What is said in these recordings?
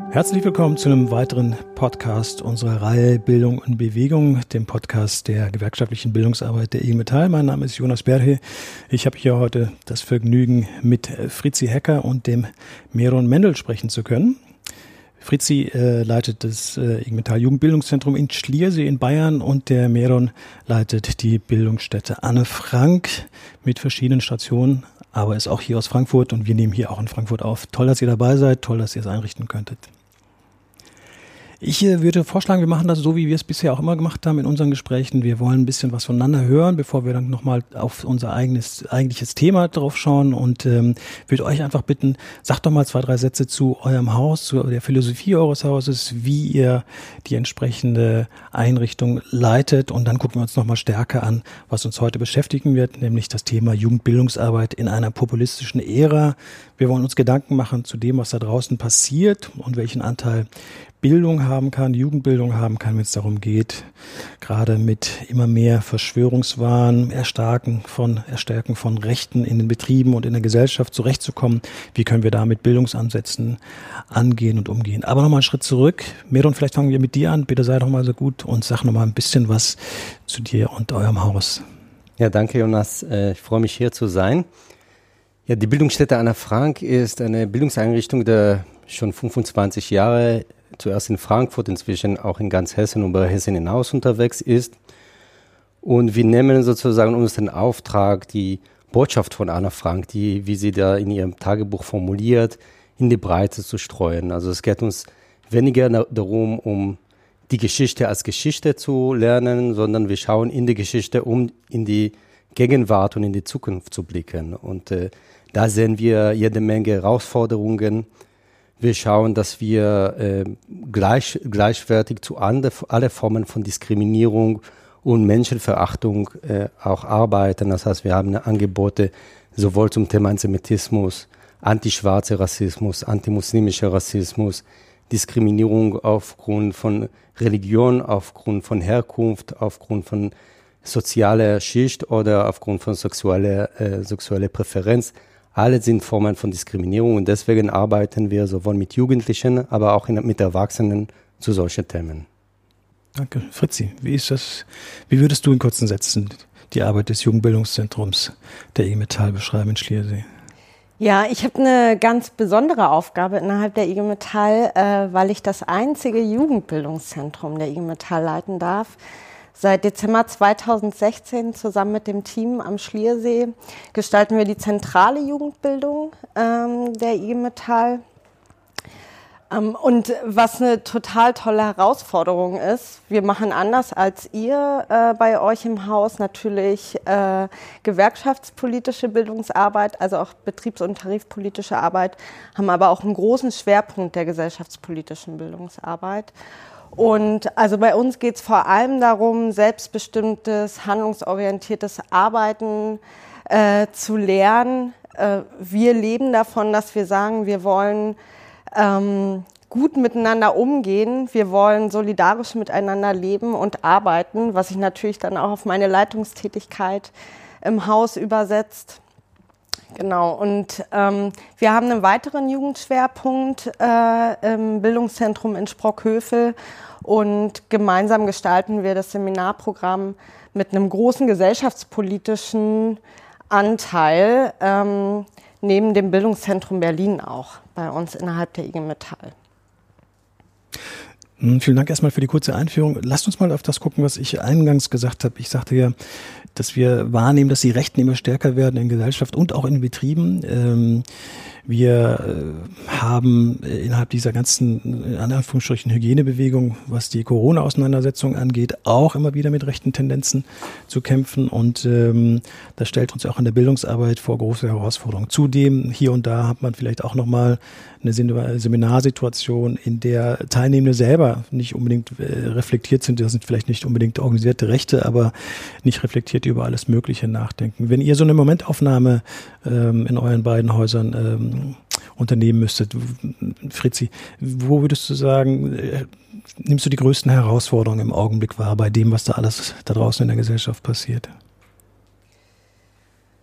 Herzlich willkommen zu einem weiteren Podcast unserer Reihe Bildung und Bewegung, dem Podcast der gewerkschaftlichen Bildungsarbeit der IG Metall. Mein Name ist Jonas Berhe. Ich habe hier heute das Vergnügen, mit Fritzi Hecker und dem Meron Mendel sprechen zu können. Fritzi leitet das IG Metall Jugendbildungszentrum in Schliersee in Bayern und der Meron leitet die Bildungsstätte Anne Frank mit verschiedenen Stationen, aber ist auch hier aus Frankfurt und wir nehmen hier auch in Frankfurt auf. Toll, dass ihr dabei seid, toll, dass ihr es einrichten könntet. Ich würde vorschlagen, wir machen das so, wie wir es bisher auch immer gemacht haben in unseren Gesprächen. Wir wollen ein bisschen was voneinander hören, bevor wir dann nochmal auf unser eigentliches Thema drauf schauen und würde euch einfach bitten, sagt doch mal 2, 3 Sätze zu eurem Haus, zu der Philosophie eures Hauses, wie ihr die entsprechende Einrichtung leitet und dann gucken wir uns nochmal stärker an, was uns heute beschäftigen wird, nämlich das Thema Jugendbildungsarbeit in einer populistischen Ära. Wir wollen uns Gedanken machen zu dem, was da draußen passiert und welchen Anteil Bildung haben kann, Jugendbildung haben kann, wenn es darum geht, gerade mit immer mehr Verschwörungswahn, Erstärken von Rechten in den Betrieben und in der Gesellschaft zurechtzukommen. Wie können wir da mit Bildungsansätzen angehen und umgehen? Aber nochmal einen Schritt zurück. Meron, vielleicht fangen wir mit dir an. Bitte sei doch mal so gut und sag nochmal ein bisschen was zu dir und eurem Haus. Ja, danke Jonas. Ich freue mich hier zu sein. Ja, die Bildungsstätte Anne Frank ist eine Bildungseinrichtung, die schon 25 Jahre zuerst in Frankfurt, inzwischen auch in ganz Hessen und über Hessen hinaus unterwegs ist. Und wir nehmen sozusagen uns den Auftrag, die Botschaft von Anne Frank, die, wie sie da in ihrem Tagebuch formuliert, in die Breite zu streuen. Also es geht uns weniger darum, um die Geschichte als Geschichte zu lernen, sondern wir schauen in die Geschichte, um in die Gegenwart und in die Zukunft zu blicken. Und da sehen wir jede Menge Herausforderungen. Wir schauen, dass wir gleichwertig zu alle Formen von Diskriminierung und Menschenverachtung auch arbeiten. Das heißt, wir haben Angebote sowohl zum Thema Antisemitismus, antischwarzer Rassismus, antimuslimischer Rassismus, Diskriminierung aufgrund von Religion, aufgrund von Herkunft, aufgrund von sozialer Schicht oder aufgrund von sexueller Präferenz. Alle sind Formen von Diskriminierung und deswegen arbeiten wir sowohl mit Jugendlichen, aber auch mit Erwachsenen zu solchen Themen. Danke. Fritzi, wie ist das? Wie würdest du in kurzen Sätzen die Arbeit des Jugendbildungszentrums der IG Metall beschreiben in Schliersee? Ja, ich habe eine ganz besondere Aufgabe innerhalb der IG Metall, weil ich das einzige Jugendbildungszentrum der IG Metall leiten darf. Seit Dezember 2016 zusammen mit dem Team am Schliersee gestalten wir die zentrale Jugendbildung der IG Metall. Und was eine total tolle Herausforderung ist, wir machen anders als ihr bei euch im Haus natürlich gewerkschaftspolitische Bildungsarbeit, also auch betriebs- und tarifpolitische Arbeit, haben aber auch einen großen Schwerpunkt der gesellschaftspolitischen Bildungsarbeit. Und also bei uns geht es vor allem darum, selbstbestimmtes, handlungsorientiertes Arbeiten zu lernen. Wir leben davon, dass wir sagen, wir wollen gut miteinander umgehen, wir wollen solidarisch miteinander leben und arbeiten, was sich natürlich dann auch auf meine Leitungstätigkeit im Haus übersetzt. Genau, und wir haben einen weiteren Jugendschwerpunkt im Bildungszentrum in Sprockhövel und gemeinsam gestalten wir das Seminarprogramm mit einem großen gesellschaftspolitischen Anteil, neben dem Bildungszentrum Berlin auch, bei uns innerhalb der IG Metall. Vielen Dank erstmal für die kurze Einführung. Lasst uns mal auf das gucken, was ich eingangs gesagt habe. Ich sagte ja, dass wir wahrnehmen, dass die Rechten immer stärker werden in Gesellschaft und auch in Betrieben. Wir haben innerhalb dieser ganzen, in Anführungsstrichen, Hygienebewegung, was die Corona-Auseinandersetzung angeht, auch immer wieder mit rechten Tendenzen zu kämpfen. Und das stellt uns auch in der Bildungsarbeit vor große Herausforderungen. Zudem, hier und da hat man vielleicht auch nochmal eine Seminarsituation, in der Teilnehmende selber nicht unbedingt reflektiert sind. Das sind vielleicht nicht unbedingt organisierte Rechte, aber nicht reflektiert über alles Mögliche nachdenken. Wenn ihr so eine Momentaufnahme in euren beiden Häusern unternehmen müsstet, Fritzi, wo würdest du sagen, nimmst du die größten Herausforderungen im Augenblick wahr bei dem, was da alles da draußen in der Gesellschaft passiert?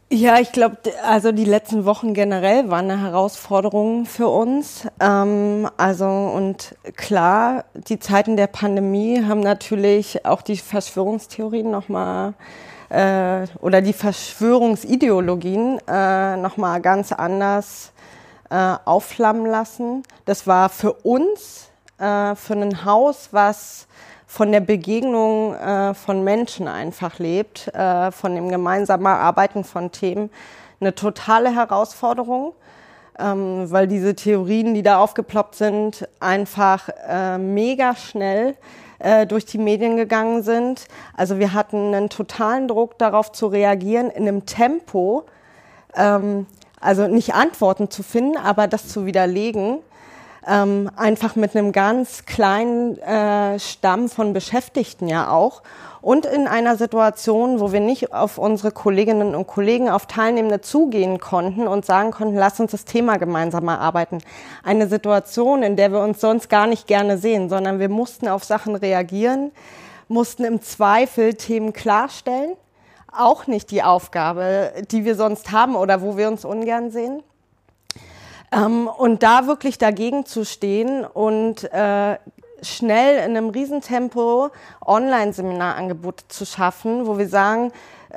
Ja, ich glaube, also die letzten Wochen generell waren eine Herausforderung für uns. Und klar, die Zeiten der Pandemie haben natürlich auch die Verschwörungstheorien nochmal oder die Verschwörungsideologien nochmal ganz anders aufflammen lassen. Das war für uns, für ein Haus, was von der Begegnung von Menschen einfach lebt, von dem gemeinsamen Arbeiten von Themen, eine totale Herausforderung, weil diese Theorien, die da aufgeploppt sind, einfach mega schnell durch die Medien gegangen sind. Also wir hatten einen totalen Druck, darauf zu reagieren, in einem Tempo, also nicht Antworten zu finden, aber das zu widerlegen. Einfach mit einem ganz kleinen Stamm von Beschäftigten ja auch und in einer Situation, wo wir nicht auf unsere Kolleginnen und Kollegen, auf Teilnehmende zugehen konnten und sagen konnten, lass uns das Thema gemeinsam erarbeiten. Eine Situation, in der wir uns sonst gar nicht gerne sehen, sondern wir mussten auf Sachen reagieren, mussten im Zweifel Themen klarstellen, auch nicht die Aufgabe, die wir sonst haben oder wo wir uns ungern sehen. Und da wirklich dagegen zu stehen und schnell in einem Riesentempo Online-Seminarangebote zu schaffen, wo wir sagen,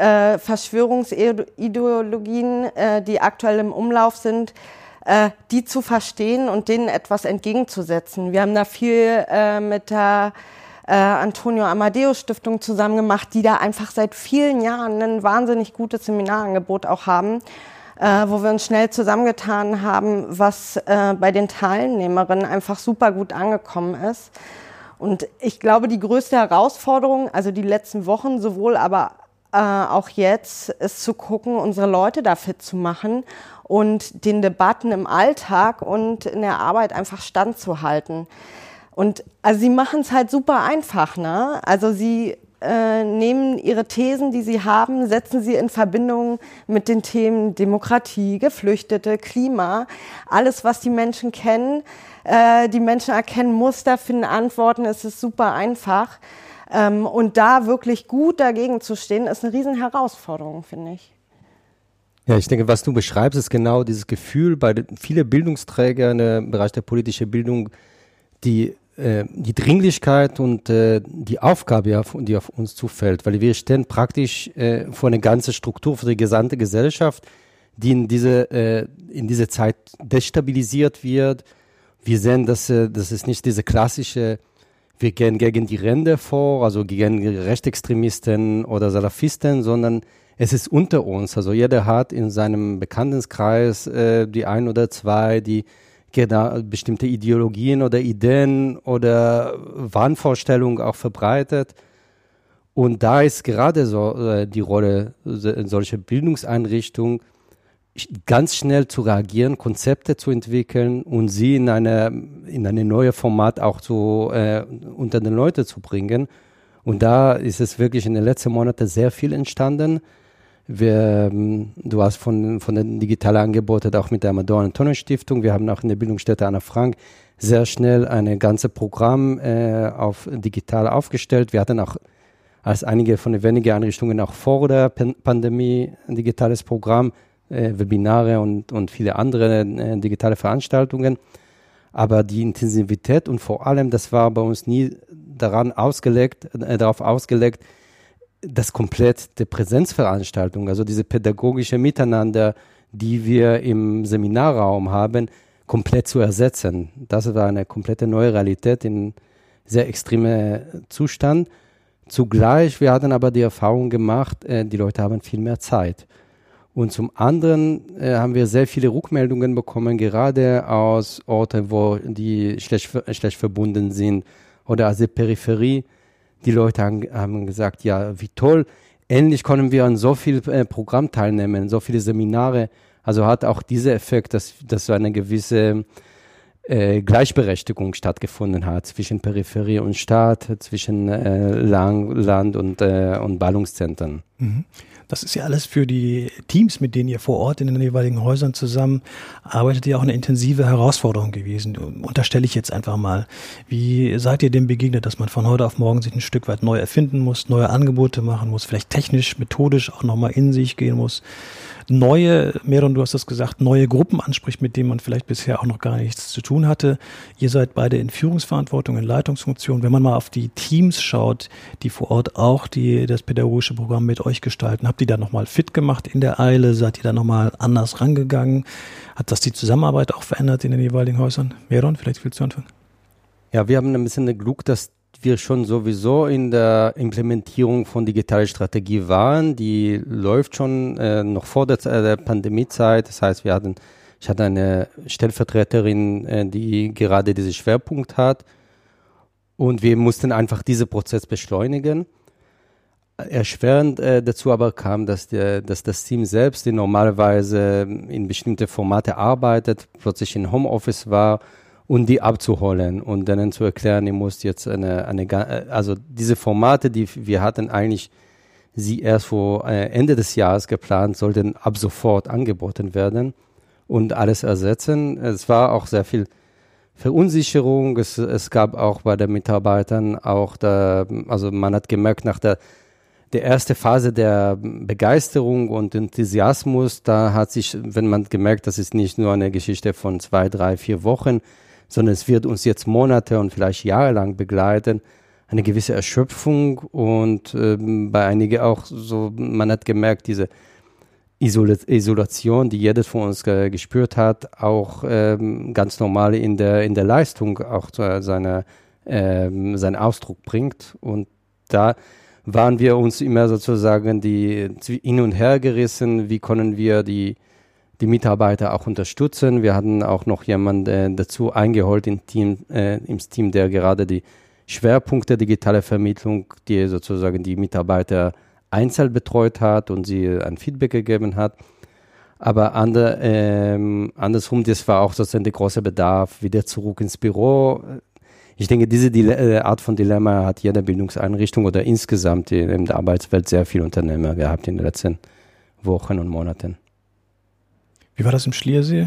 Verschwörungsideologien, die aktuell im Umlauf sind, die zu verstehen und denen etwas entgegenzusetzen. Wir haben da viel mit der Antonio Amadeus Stiftung zusammen gemacht, die da einfach seit vielen Jahren ein wahnsinnig gutes Seminarangebot auch haben, wo wir uns schnell zusammengetan haben, was bei den Teilnehmerinnen einfach super gut angekommen ist. Und ich glaube, die größte Herausforderung, also die letzten Wochen sowohl, aber auch jetzt, ist zu gucken, unsere Leute da fit zu machen und den Debatten im Alltag und in der Arbeit einfach standzuhalten. Und also sie machen es halt super einfach, ne? Also sie nehmen ihre Thesen, die sie haben, setzen sie in Verbindung mit den Themen Demokratie, Geflüchtete, Klima, alles, was die Menschen kennen. Die Menschen erkennen Muster, finden Antworten, es ist super einfach. Und da wirklich gut dagegen zu stehen, ist eine riesen Herausforderung, finde ich. Ja, ich denke, was du beschreibst, ist genau dieses Gefühl bei vielen Bildungsträgern im Bereich der politischen Bildung, die Dringlichkeit und die Aufgabe, die auf uns zufällt, weil wir stehen praktisch vor einer ganzen Struktur für die gesamte Gesellschaft, die in diese Zeit destabilisiert wird. Wir sehen, dass es nicht diese klassische, wir gehen gegen die Ränder vor, also gegen Rechtsextremisten oder Salafisten, sondern es ist unter uns. Also jeder hat in seinem Bekanntenkreis die ein oder zwei, die bestimmte Ideologien oder Ideen oder Wahnvorstellungen auch verbreitet. Und da ist gerade so die Rolle solcher Bildungseinrichtungen, ganz schnell zu reagieren, Konzepte zu entwickeln und sie in eine neue Format auch unter den Leute zu bringen. Und da ist es wirklich in den letzten Monaten sehr viel entstanden. Du hast von den digitalen Angeboten auch mit der Amador-Antonio-Stiftung. Wir haben auch in der Bildungsstätte Anna Frank sehr schnell ein ganzes Programm auf digital aufgestellt. Wir hatten auch als einige von den wenigen Einrichtungen auch vor der Pandemie ein digitales Programm, Webinare und viele andere digitale Veranstaltungen. Aber die Intensivität und vor allem, das war bei uns nie darauf ausgelegt, das komplett der Präsenzveranstaltung, also diese pädagogische Miteinander, die wir im Seminarraum haben, komplett zu ersetzen. Das war eine komplette neue Realität in sehr extremen Zustand. Zugleich, wir hatten aber die Erfahrung gemacht, die Leute haben viel mehr Zeit. Und zum anderen haben wir sehr viele Rückmeldungen bekommen, gerade aus Orten, wo die schlecht verbunden sind oder aus der Peripherie. Die Leute haben gesagt, ja, wie toll, endlich können wir an so viel Programm teilnehmen, so viele Seminare. Also hat auch dieser Effekt, dass so eine gewisse Gleichberechtigung stattgefunden hat zwischen Peripherie und Stadt, zwischen Land und Ballungszentren. Mhm. Das ist ja alles für die Teams, mit denen ihr vor Ort in den jeweiligen Häusern zusammen arbeitet, ja auch eine intensive Herausforderung gewesen. Unterstelle ich jetzt einfach mal. Wie seid ihr dem begegnet, dass man von heute auf morgen sich ein Stück weit neu erfinden muss, neue Angebote machen muss, vielleicht technisch, methodisch auch nochmal in sich gehen muss? Meron, du hast das gesagt, neue Gruppen anspricht, mit denen man vielleicht bisher auch noch gar nichts zu tun hatte. Ihr seid beide in Führungsverantwortung, in Leitungsfunktion. Wenn man mal auf die Teams schaut, die vor Ort auch das pädagogische Programm mit euch gestalten, habt ihr da nochmal fit gemacht in der Eile? Seid ihr da nochmal anders rangegangen? Hat das die Zusammenarbeit auch verändert in den jeweiligen Häusern? Meron, vielleicht willst du anfangen? Ja, wir haben ein bisschen Glück, dass wir schon sowieso in der Implementierung von digitaler Strategie waren. Die läuft schon noch vor der Pandemiezeit. Das heißt, ich hatte eine Stellvertreterin, die gerade diesen Schwerpunkt hat. Und wir mussten einfach diesen Prozess beschleunigen. Erschwerend dazu aber kam, dass das Team selbst, die normalerweise in bestimmte Formate arbeitet, plötzlich in Homeoffice war, und die abzuholen und denen zu erklären, ihr müsst jetzt also diese Formate, die wir hatten eigentlich sie erst vor Ende des Jahres geplant, sollten ab sofort angeboten werden und alles ersetzen. Es war auch sehr viel Verunsicherung. Es gab auch bei den Mitarbeitern also man hat gemerkt, nach der erste Phase der Begeisterung und Enthusiasmus, da hat sich, wenn man gemerkt, das ist nicht nur eine Geschichte von 2, 3, 4 Wochen, sondern es wird uns jetzt Monate und vielleicht Jahre lang begleiten, eine gewisse Erschöpfung und bei einigen auch so, man hat gemerkt, diese Isolation, die jeder von uns gespürt hat, auch ganz normal in der Leistung auch seinen Ausdruck bringt. Und da waren wir uns immer sozusagen hin und her gerissen, wie können wir die Mitarbeiter auch unterstützen. Wir hatten auch noch jemanden dazu eingeholt ins Team, der gerade die Schwerpunkte digitale Vermittlung, die sozusagen die Mitarbeiter einzeln betreut hat und sie ein Feedback gegeben hat. Aber andersrum, das war auch sozusagen der große Bedarf, wieder zurück ins Büro. Ich denke, diese Art von Dilemma hat jede Bildungseinrichtung oder insgesamt in der Arbeitswelt sehr viele Unternehmer gehabt in den letzten Wochen und Monaten. Wie war das im Schliersee,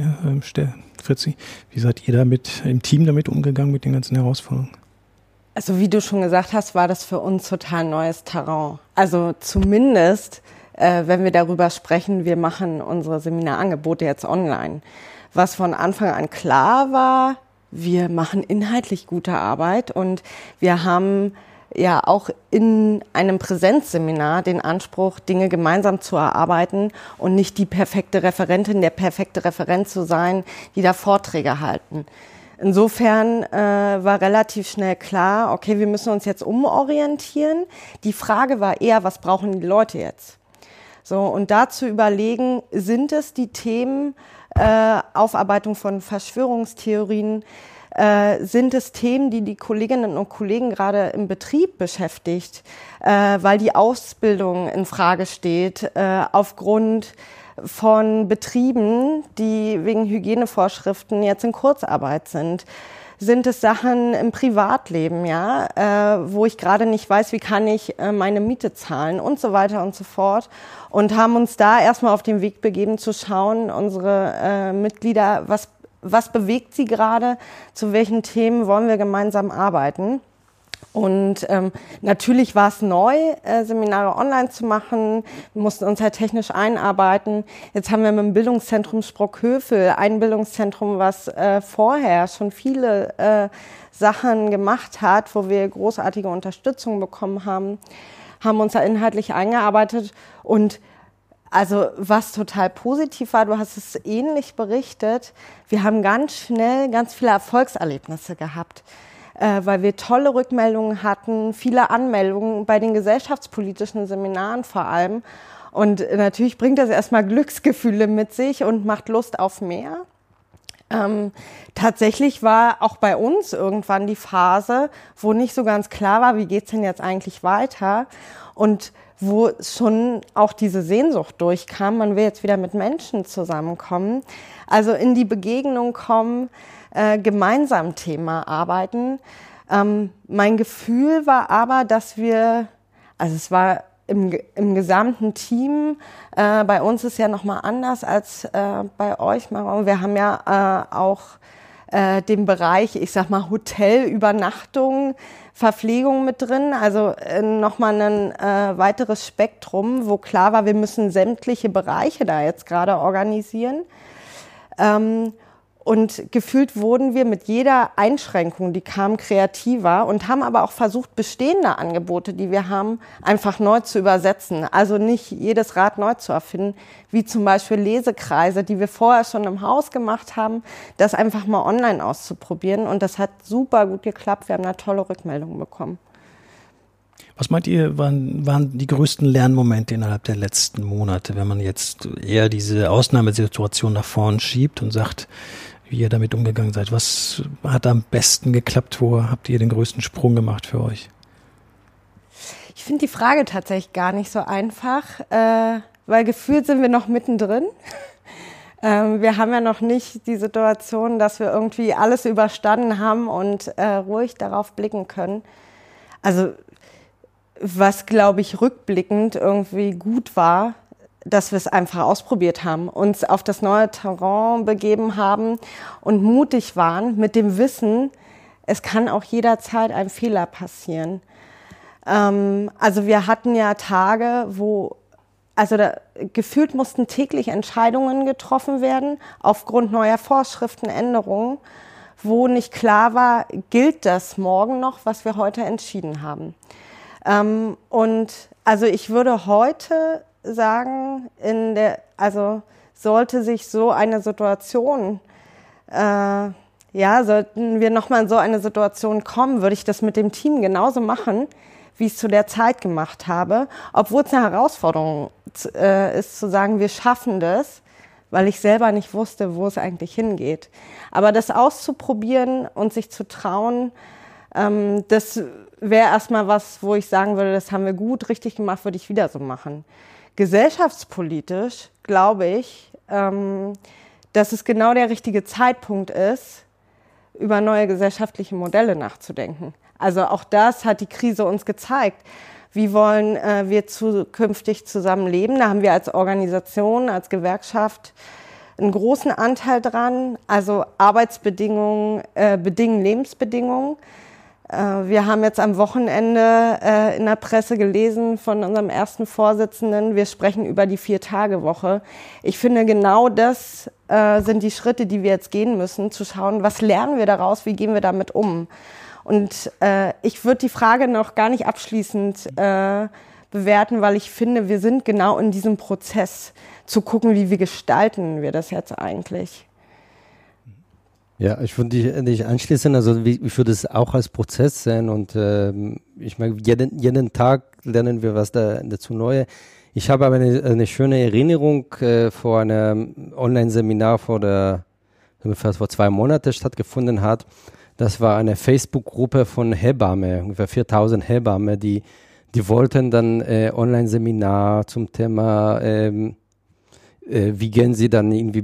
Fritzi? Wie seid ihr im Team damit umgegangen, mit den ganzen Herausforderungen? Also wie du schon gesagt hast, war das für uns total neues Terrain. Also zumindest, wenn wir darüber sprechen, wir machen unsere Seminarangebote jetzt online. Was von Anfang an klar war, wir machen inhaltlich gute Arbeit und wir haben ja auch in einem Präsenzseminar den Anspruch, Dinge gemeinsam zu erarbeiten und nicht die perfekte Referentin, der perfekte Referent zu sein, die da Vorträge halten. Insofern war relativ schnell klar, okay, wir müssen uns jetzt umorientieren. Die Frage war eher, was brauchen die Leute jetzt? So, und da zu überlegen, sind es die Themen, Aufarbeitung von Verschwörungstheorien, sind es Themen, die Kolleginnen und Kollegen gerade im Betrieb beschäftigt, weil die Ausbildung in Frage steht, aufgrund von Betrieben, die wegen Hygienevorschriften jetzt in Kurzarbeit sind. Sind es Sachen im Privatleben, ja, wo ich gerade nicht weiß, wie kann ich meine Miete zahlen und so weiter und so fort. Und haben uns da erstmal auf den Weg begeben zu schauen, unsere Mitglieder, was bewegt sie gerade, zu welchen Themen wollen wir gemeinsam arbeiten. Und natürlich war es neu, Seminare online zu machen. Wir mussten uns halt technisch einarbeiten. Jetzt haben wir mit dem Bildungszentrum Sprockhövel ein Bildungszentrum, was vorher schon viele Sachen gemacht hat, wo wir großartige Unterstützung bekommen haben uns da inhaltlich eingearbeitet. Und also was total positiv war, du hast es ähnlich berichtet, wir haben ganz schnell ganz viele Erfolgserlebnisse gehabt. Weil wir tolle Rückmeldungen hatten, viele Anmeldungen bei den gesellschaftspolitischen Seminaren vor allem. Und natürlich bringt das erstmal Glücksgefühle mit sich und macht Lust auf mehr. Tatsächlich war auch bei uns irgendwann die Phase, wo nicht so ganz klar war, wie geht's denn jetzt eigentlich weiter? Und wo schon auch diese Sehnsucht durchkam, man will jetzt wieder mit Menschen zusammenkommen, also in die Begegnung kommen, gemeinsam Thema arbeiten. Mein Gefühl war aber, dass es war im gesamten Team. Bei uns ist ja nochmal anders als bei euch. Wir haben ja auch den Bereich, ich sag mal, Hotelübernachtung, Verpflegung mit drin, also nochmal ein weiteres Spektrum, wo klar war, wir müssen sämtliche Bereiche da jetzt gerade organisieren. Und gefühlt wurden wir mit jeder Einschränkung, die kam, kreativer und haben aber auch versucht, bestehende Angebote, die wir haben, einfach neu zu übersetzen. Also nicht jedes Rad neu zu erfinden, wie zum Beispiel Lesekreise, die wir vorher schon im Haus gemacht haben, das einfach mal online auszuprobieren. Und das hat super gut geklappt. Wir haben da tolle Rückmeldungen bekommen. Was meint ihr, waren die größten Lernmomente innerhalb der letzten Monate, wenn man jetzt eher diese Ausnahmesituation nach vorn schiebt und sagt, wie ihr damit umgegangen seid? Was hat am besten geklappt? Wo habt ihr den größten Sprung gemacht für euch? Ich finde die Frage tatsächlich gar nicht so einfach, weil gefühlt sind wir noch mittendrin. Wir haben ja noch nicht die Situation, dass wir irgendwie alles überstanden haben und ruhig darauf blicken können. Also was, glaube ich, rückblickend irgendwie gut war, dass wir es einfach ausprobiert haben, uns auf das neue Terrain begeben haben und mutig waren mit dem Wissen, es kann auch jederzeit ein Fehler passieren. Also wir hatten ja Tage, wo, also da, gefühlt mussten täglich Entscheidungen getroffen werden aufgrund neuer Vorschriften, Änderungen, wo nicht klar war, gilt das morgen noch, was wir heute entschieden haben. Und also ich würde heute sagen, also sollte sich so eine Situation, sollten wir nochmal in so eine Situation kommen, würde ich das mit dem Team genauso machen, wie ich es zu der Zeit gemacht habe, obwohl es eine Herausforderung ist, zu sagen, wir schaffen das, weil ich selber nicht wusste, wo es eigentlich hingeht. Aber das auszuprobieren und sich zu trauen, das wäre erstmal was, wo ich sagen würde, das haben wir gut, richtig gemacht, würde ich wieder so machen. Gesellschaftspolitisch glaube ich, dass es genau der richtige Zeitpunkt ist, über neue gesellschaftliche Modelle nachzudenken. Also auch das hat die Krise uns gezeigt. Wie wollen wir zukünftig zusammenleben? Da haben wir als Organisation, als Gewerkschaft einen großen Anteil dran. Also Arbeitsbedingungen bedingen Lebensbedingungen. Wir haben jetzt am Wochenende in der Presse gelesen von unserem ersten Vorsitzenden, wir sprechen über die 4-Tage-Woche. Ich finde, genau das sind die Schritte, die wir jetzt gehen müssen, zu schauen, was lernen wir daraus, wie gehen wir damit um. Und ich würde die Frage noch gar nicht abschließend bewerten, weil ich finde, wir sind genau in diesem Prozess, zu gucken, wie gestalten wir das jetzt eigentlich. Ja, ich würde dich anschließen, also ich würde es auch als Prozess sehen und ich meine, jeden Tag lernen wir was dazu Neue. Ich habe aber eine schöne Erinnerung vor einem Online-Seminar ungefähr vor 2 Monaten stattgefunden hat. Das war eine Facebook-Gruppe von Hebammen, ungefähr 4000 Hebammen, die wollten dann Online-Seminar zum Thema wie gehen Sie dann irgendwie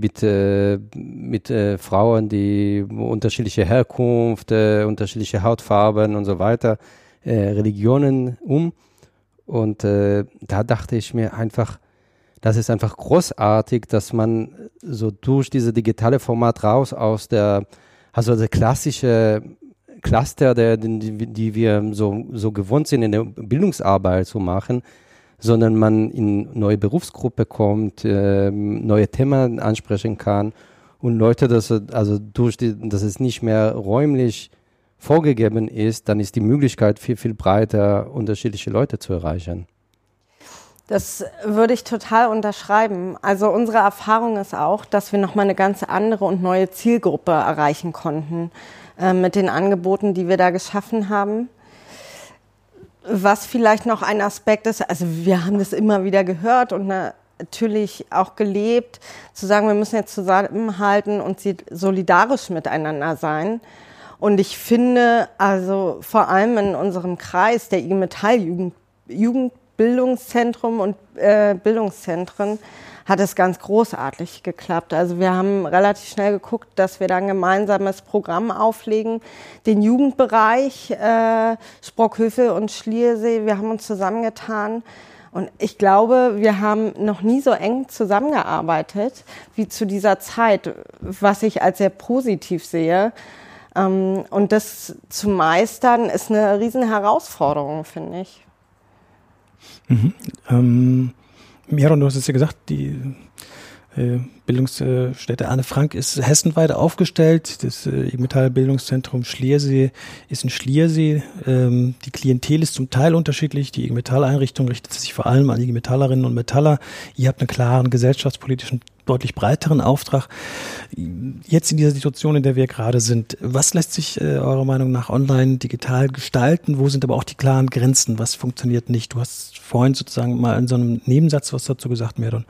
mit Frauen, die unterschiedliche Herkunft, unterschiedliche Hautfarben und so weiter, Religionen um? Und da dachte ich mir einfach, das ist einfach großartig, dass man so durch diese digitale Format raus aus der klassische Cluster, die wir so gewohnt sind, in der Bildungsarbeit zu machen, sondern man in neue Berufsgruppe kommt, neue Themen ansprechen kann und Leute, dass es nicht mehr räumlich vorgegeben ist, dann ist die Möglichkeit viel, viel breiter, unterschiedliche Leute zu erreichen. Das würde ich total unterschreiben. Also unsere Erfahrung ist auch, dass wir nochmal eine ganz andere und neue Zielgruppe erreichen konnten mit den Angeboten, die wir da geschaffen haben. Was vielleicht noch ein Aspekt ist, also wir haben das immer wieder gehört und natürlich auch gelebt, zu sagen, wir müssen jetzt zusammenhalten und solidarisch miteinander sein. Und ich finde, also vor allem in unserem Kreis, der IG Metall Jugendbildungszentrum und Bildungszentren, hat es ganz großartig geklappt. Also wir haben relativ schnell geguckt, dass wir da ein gemeinsames Programm auflegen. Den Jugendbereich, Sprockhövel und Schliersee, wir haben uns zusammengetan Und ich glaube, wir haben noch nie so eng zusammengearbeitet wie zu dieser Zeit, was ich als sehr positiv sehe. Und das zu meistern ist eine riesen Herausforderung, finde ich. Meron, du hast es ja gesagt, die Bildungsstätte Anne Frank ist hessenweit aufgestellt. Das IG Metall Bildungszentrum Schliersee ist in Schliersee. Die Klientel ist zum Teil unterschiedlich. Die IG Metall Einrichtung richtet sich vor allem an IG Metallerinnen und Metaller. Ihr habt einen klaren gesellschaftspolitischen, deutlich breiteren Auftrag. Jetzt in dieser Situation, in der wir gerade sind, was lässt sich eurer Meinung nach online, digital gestalten? Wo sind aber auch die klaren Grenzen? Was funktioniert nicht? Du hast vorhin sozusagen mal in so einem Nebensatz was dazu gesagt, Meron.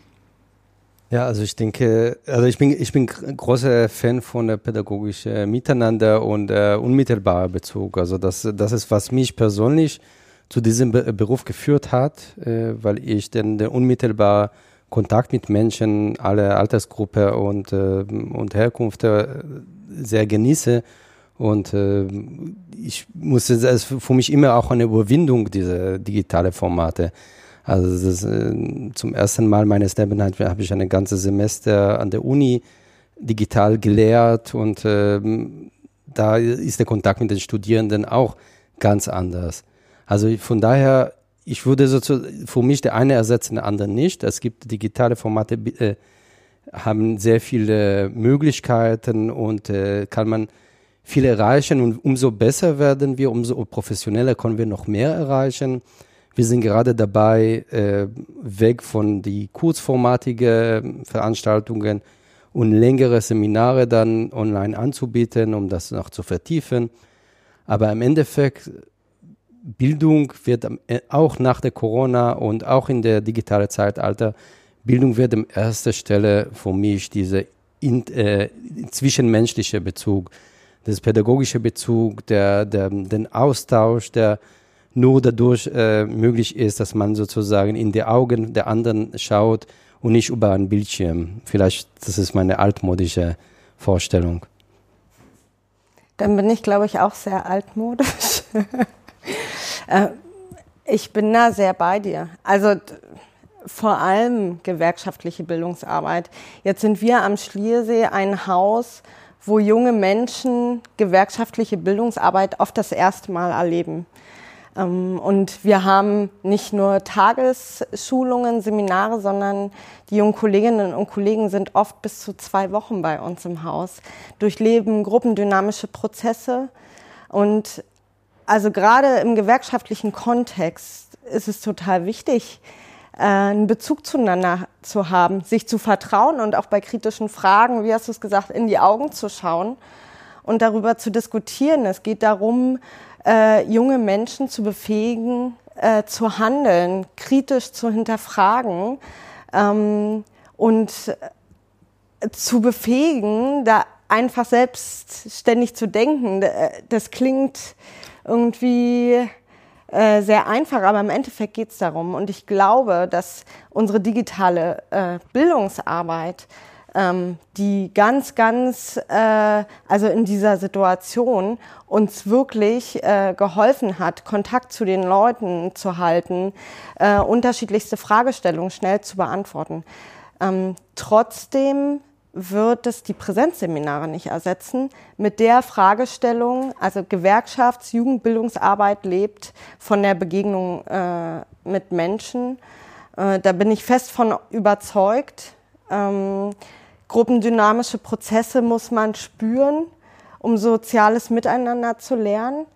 Ja, also ich denke, ich bin großer Fan von der pädagogischen Miteinander und unmittelbarer Bezug. Also das ist, was mich persönlich zu diesem Beruf geführt hat, weil ich den unmittelbaren Kontakt mit Menschen aller Altersgruppe und Herkunft sehr genieße. Und es ist für mich immer auch eine Überwindung, diese digitale Formate. Also zum ersten Mal meines Lebens habe ich ein ganzes Semester an der Uni digital gelehrt und da ist der Kontakt mit den Studierenden auch ganz anders. Also von daher, ich würde für mich der eine ersetzt den anderen nicht. Es gibt digitale Formate, haben sehr viele Möglichkeiten und kann man viel erreichen und umso besser werden wir, umso professioneller können wir noch mehr erreichen. Wir sind gerade dabei, weg von die kurzformatigen Veranstaltungen und längere Seminare dann online anzubieten, um das noch zu vertiefen. Aber im Endeffekt, Bildung wird auch nach der Corona und auch in der digitalen Zeitalter, Bildung wird an erster Stelle für mich dieser zwischenmenschliche Bezug, das pädagogische Bezug, den Austausch, der nur dadurch möglich ist, dass man sozusagen in die Augen der anderen schaut und nicht über einen Bildschirm. Vielleicht, das ist meine altmodische Vorstellung. Dann bin ich, glaube ich, auch sehr altmodisch. Ich bin da sehr bei dir. Also vor allem gewerkschaftliche Bildungsarbeit. Jetzt sind wir am Schliersee ein Haus, wo junge Menschen gewerkschaftliche Bildungsarbeit oft das erste Mal erleben. Und wir haben nicht nur Tagesschulungen, Seminare, sondern die jungen Kolleginnen und Kollegen sind oft bis zu 2 Wochen bei uns im Haus, durchleben gruppendynamische Prozesse. Und also gerade im gewerkschaftlichen Kontext ist es total wichtig, einen Bezug zueinander zu haben, sich zu vertrauen und auch bei kritischen Fragen, wie hast du es gesagt, in die Augen zu schauen und darüber zu diskutieren. Es geht darum, junge Menschen zu befähigen, zu handeln, kritisch zu hinterfragen und zu befähigen, da einfach selbstständig zu denken. Das klingt irgendwie sehr einfach, aber im Endeffekt geht es darum. Und ich glaube, dass unsere digitale Bildungsarbeit, die ganz, also in dieser Situation uns wirklich geholfen hat, Kontakt zu den Leuten zu halten, unterschiedlichste Fragestellungen schnell zu beantworten. Trotzdem wird es die Präsenzseminare nicht ersetzen. Mit der Fragestellung, also Jugendbildungsarbeit lebt von der Begegnung mit Menschen. Da bin ich fest von überzeugt. Gruppendynamische Prozesse muss man spüren, um soziales Miteinander zu lernen.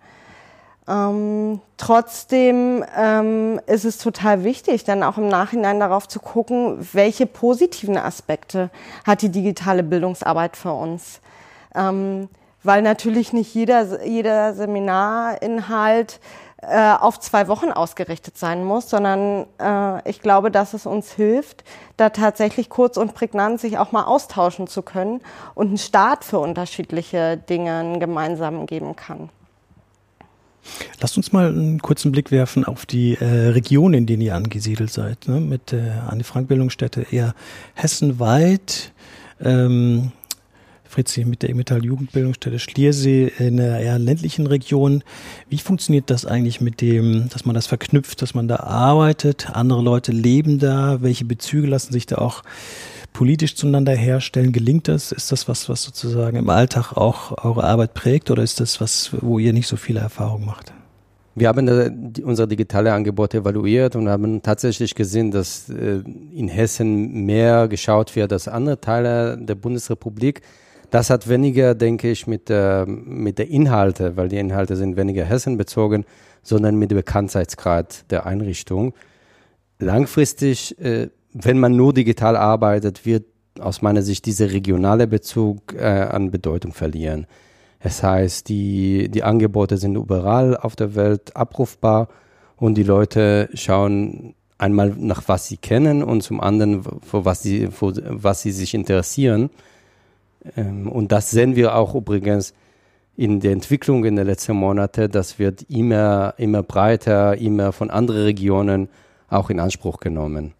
Trotzdem ist es total wichtig, dann auch im Nachhinein darauf zu gucken, welche positiven Aspekte hat die digitale Bildungsarbeit für uns. Weil natürlich nicht jeder Seminarinhalt auf 2 Wochen ausgerichtet sein muss, sondern ich glaube, dass es uns hilft, da tatsächlich kurz und prägnant sich auch mal austauschen zu können und einen Start für unterschiedliche Dinge einen gemeinsamen geben kann. Lasst uns mal einen kurzen Blick werfen auf die Region, in denen ihr angesiedelt seid, ne? Mit der Anne Frank Bildungsstätte eher hessenweit. Fritzi, mit der Emmental Jugendbildungsstätte Schliersee in einer eher ländlichen Region. Wie funktioniert das eigentlich mit dem, dass man das verknüpft, dass man da arbeitet, andere Leute leben da, welche Bezüge lassen sich da auch politisch zueinander herstellen? Gelingt das? Ist das was sozusagen im Alltag auch eure Arbeit prägt oder ist das was, wo ihr nicht so viele Erfahrungen macht? Wir haben unsere digitale Angebote evaluiert und haben tatsächlich gesehen, dass in Hessen mehr geschaut wird als andere Teile der Bundesrepublik. Das hat weniger, denke ich, mit der Inhalte, weil die Inhalte sind weniger Hessen bezogen, sondern mit dem Bekanntheitsgrad der Einrichtung. Langfristig, wenn man nur digital arbeitet, wird aus meiner Sicht dieser regionale Bezug an Bedeutung verlieren. Das heißt, die Angebote sind überall auf der Welt abrufbar und die Leute schauen einmal nach was sie kennen und zum anderen, für was sie sich interessieren. Und das sehen wir auch übrigens in der Entwicklung in den letzten Monaten. Das wird immer breiter, immer von anderen Regionen auch in Anspruch genommen.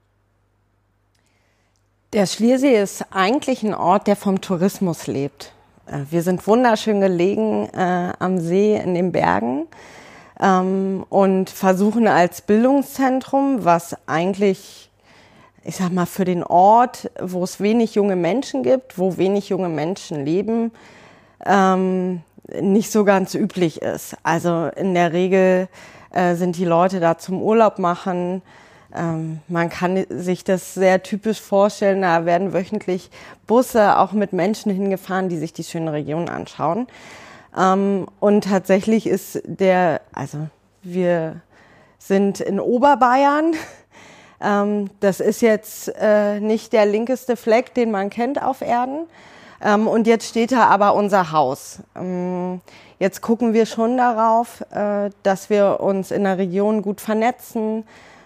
Der Schliersee ist eigentlich ein Ort, der vom Tourismus lebt. Wir sind wunderschön gelegen am See in den Bergen und versuchen als Bildungszentrum, was eigentlich, ich sag mal, für den Ort, wo es wenig junge Menschen gibt, wo wenig junge Menschen leben, nicht so ganz üblich ist. Also in der Regel sind die Leute da zum Urlaub machen. Man kann sich das sehr typisch vorstellen, da werden wöchentlich Busse auch mit Menschen hingefahren, die sich die schöne Region anschauen. Und tatsächlich ist wir sind in Oberbayern. Das ist jetzt nicht der linkeste Fleck, den man kennt auf Erden. Und jetzt steht da aber unser Haus. Jetzt gucken wir schon darauf, dass wir uns in der Region gut vernetzen,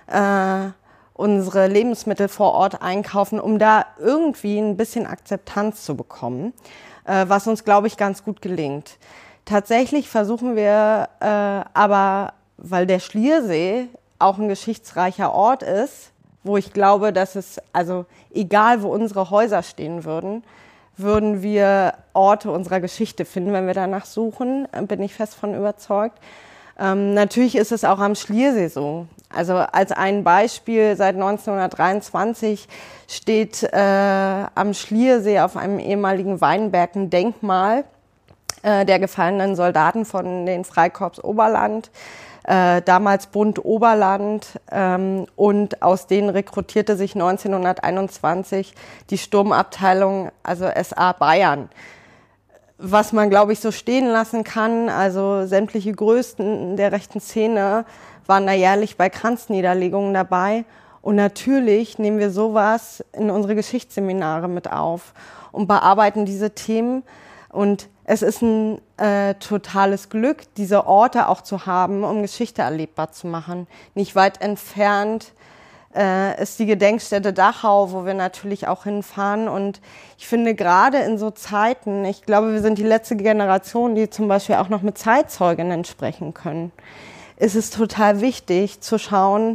unsere Lebensmittel vor Ort einkaufen, um da irgendwie ein bisschen Akzeptanz zu bekommen, was uns, glaube ich, ganz gut gelingt. Tatsächlich versuchen wir aber, weil der Schliersee auch ein geschichtsreicher Ort ist, wo ich glaube, dass es, also egal wo unsere Häuser stehen würden wir Orte unserer Geschichte finden, wenn wir danach suchen, bin ich fest von überzeugt. Natürlich ist es auch am Schliersee so. Also als ein Beispiel, seit 1923 steht am Schliersee auf einem ehemaligen Weinberg ein Denkmal der gefallenen Soldaten von den Freikorps Oberland, damals Bund Oberland, und aus denen rekrutierte sich 1921 die Sturmabteilung, also SA Bayern. Was man, glaube ich, so stehen lassen kann, also sämtliche Größten der rechten Szene waren da jährlich bei Kranzniederlegungen dabei. Und natürlich nehmen wir sowas in unsere Geschichtsseminare mit auf und bearbeiten diese Themen. Und es ist ein totales Glück, diese Orte auch zu haben, um Geschichte erlebbar zu machen. Nicht weit entfernt ist die Gedenkstätte Dachau, wo wir natürlich auch hinfahren. Und ich finde gerade in so Zeiten, ich glaube, wir sind die letzte Generation, die zum Beispiel auch noch mit Zeitzeuginnen sprechen können, ist es total wichtig zu schauen,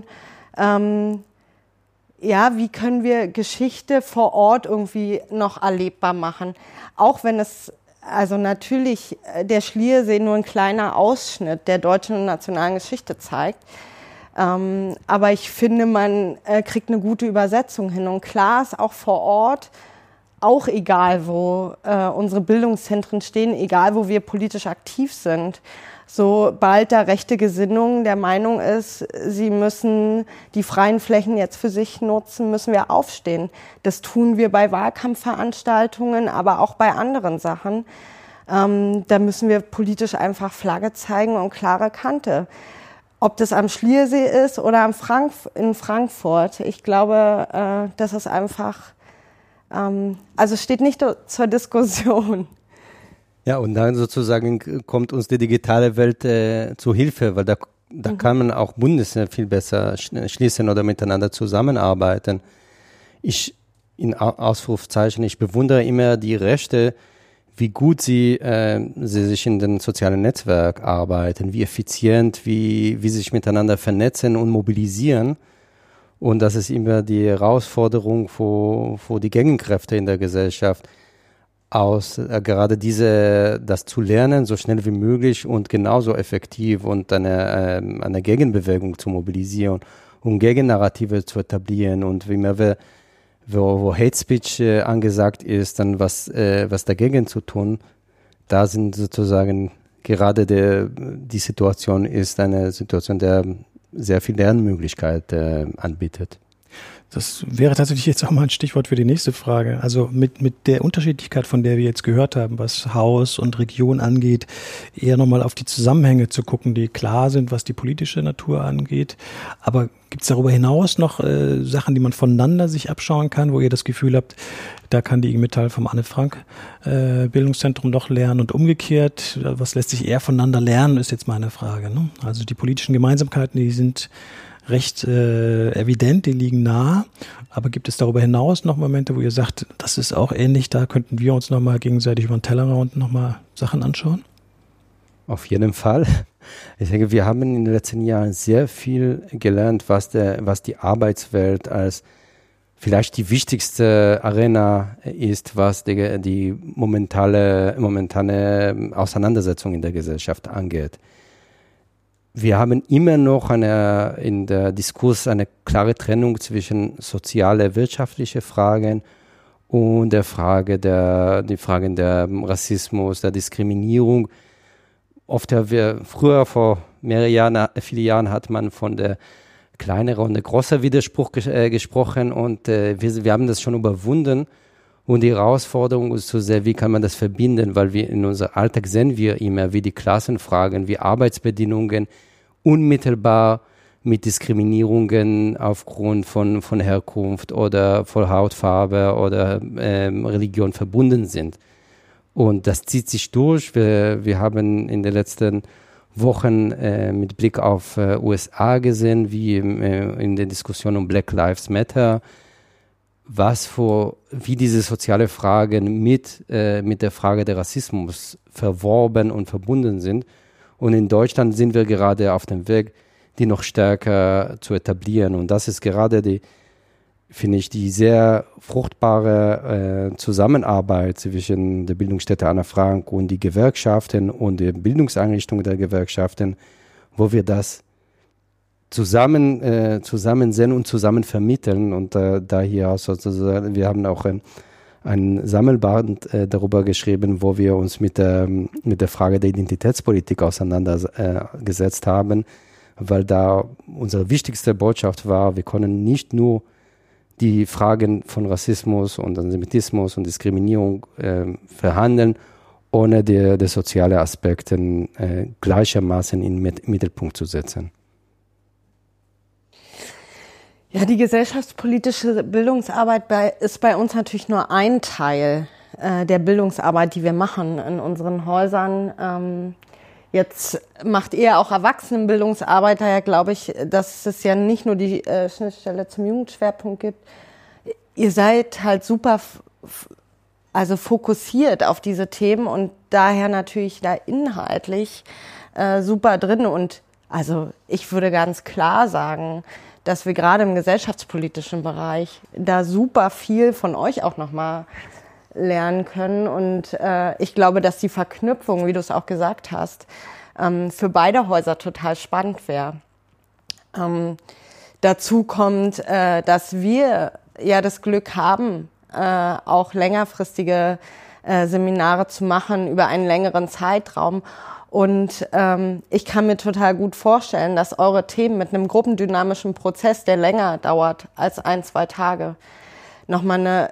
wie können wir Geschichte vor Ort irgendwie noch erlebbar machen. Auch wenn es, also natürlich der Schliersee nur ein kleiner Ausschnitt der deutschen und nationalen Geschichte zeigt. Aber ich finde, man kriegt eine gute Übersetzung hin. Und klar ist auch vor Ort, auch egal wo unsere Bildungszentren stehen, egal wo wir politisch aktiv sind, sobald da rechte Gesinnung der Meinung ist, sie müssen die freien Flächen jetzt für sich nutzen, müssen wir aufstehen. Das tun wir bei Wahlkampfveranstaltungen, aber auch bei anderen Sachen. Da müssen wir politisch einfach Flagge zeigen und klare Kante. Ob das am Schliersee ist oder in Frankfurt. Ich glaube, das ist einfach, steht nicht zur Diskussion. Ja, und dann sozusagen kommt uns die digitale Welt zur Hilfe, weil da kann man auch Bündnisse viel besser schließen oder miteinander zusammenarbeiten. Ich bewundere immer die Rechte, wie gut sie sich in den sozialen Netzwerken arbeiten, wie effizient, wie sie sich miteinander vernetzen und mobilisieren. Und das ist immer die Herausforderung für die Gegenkräfte in der Gesellschaft, aus, gerade das zu lernen, so schnell wie möglich und genauso effektiv und eine Gegenbewegung zu mobilisieren und Gegennarrative zu etablieren und wie mehr wo Hate Speech angesagt ist, dann was dagegen zu tun. Da sind sozusagen gerade die Situation ist eine Situation, der sehr viel Lernmöglichkeit anbietet. Das wäre tatsächlich jetzt auch mal ein Stichwort für die nächste Frage. Also mit der Unterschiedlichkeit, von der wir jetzt gehört haben, was Haus und Region angeht, eher nochmal auf die Zusammenhänge zu gucken, die klar sind, was die politische Natur angeht. Aber gibt es darüber hinaus noch Sachen, die man voneinander sich abschauen kann, wo ihr das Gefühl habt, da kann die IG Metall vom Anne Frank Bildungszentrum doch lernen und umgekehrt? Was lässt sich eher voneinander lernen, ist jetzt meine Frage, ne? Also die politischen Gemeinsamkeiten, die sind recht evident, die liegen nah. Aber gibt es darüber hinaus noch Momente, wo ihr sagt, das ist auch ähnlich, da könnten wir uns nochmal gegenseitig über den Tellerrand nochmal Sachen anschauen? Auf jeden Fall. Ich denke, wir haben in den letzten Jahren sehr viel gelernt, was die Arbeitswelt als vielleicht die wichtigste Arena ist, was die momentane Auseinandersetzung in der Gesellschaft angeht. Wir haben immer noch in der Diskurs eine klare Trennung zwischen soziale, wirtschaftliche Fragen und die Fragen der Rassismus, der Diskriminierung. Früher vor viele Jahren hat man von der kleineren und der großen Widerspruch gesprochen und wir haben das schon überwunden. Und die Herausforderung ist so sehr, wie kann man das verbinden, weil wir in unserem Alltag sehen wir immer, wie die Klassenfragen, wie Arbeitsbedingungen unmittelbar mit Diskriminierungen aufgrund von Herkunft oder von Hautfarbe oder Religion verbunden sind. Und das zieht sich durch. Wir haben in den letzten Wochen mit Blick auf USA gesehen, wie in der Diskussion um Black Lives Matter, wie diese soziale Fragen mit der Frage der Rassismus verworben und verbunden sind. Und in Deutschland sind wir gerade auf dem Weg, die noch stärker zu etablieren. Und das ist gerade finde ich, die sehr fruchtbare Zusammenarbeit zwischen der Bildungsstätte Anne Frank und die Gewerkschaften und der Bildungseinrichtung der Gewerkschaften, wo wir das zusammen sehen und zusammen vermitteln. Und daher sozusagen, wir haben auch ein Sammelband darüber geschrieben, wo wir uns mit der Frage der Identitätspolitik auseinandergesetzt haben, weil da unsere wichtigste Botschaft war, wir können nicht nur die Fragen von Rassismus und Antisemitismus und Diskriminierung verhandeln, ohne die sozialen Aspekte gleichermaßen in den Mittelpunkt zu setzen. Ja, die gesellschaftspolitische Bildungsarbeit ist bei uns natürlich nur ein Teil der Bildungsarbeit, die wir machen in unseren Häusern. Jetzt macht ihr auch Erwachsenenbildungsarbeit, daher glaube ich, dass es ja nicht nur die Schnittstelle zum Jugendschwerpunkt gibt. Ihr seid halt super fokussiert auf diese Themen und daher natürlich da inhaltlich super drin. Und also ich würde ganz klar sagen, dass wir gerade im gesellschaftspolitischen Bereich da super viel von euch auch nochmal lernen können. Und ich glaube, dass die Verknüpfung, wie du es auch gesagt hast, für beide Häuser total spannend wäre. Dazu kommt, dass wir ja das Glück haben, auch längerfristige Seminare zu machen über einen längeren Zeitraum. Und ich kann mir total gut vorstellen, dass eure Themen mit einem gruppendynamischen Prozess, der länger dauert als 1-2 Tage, nochmal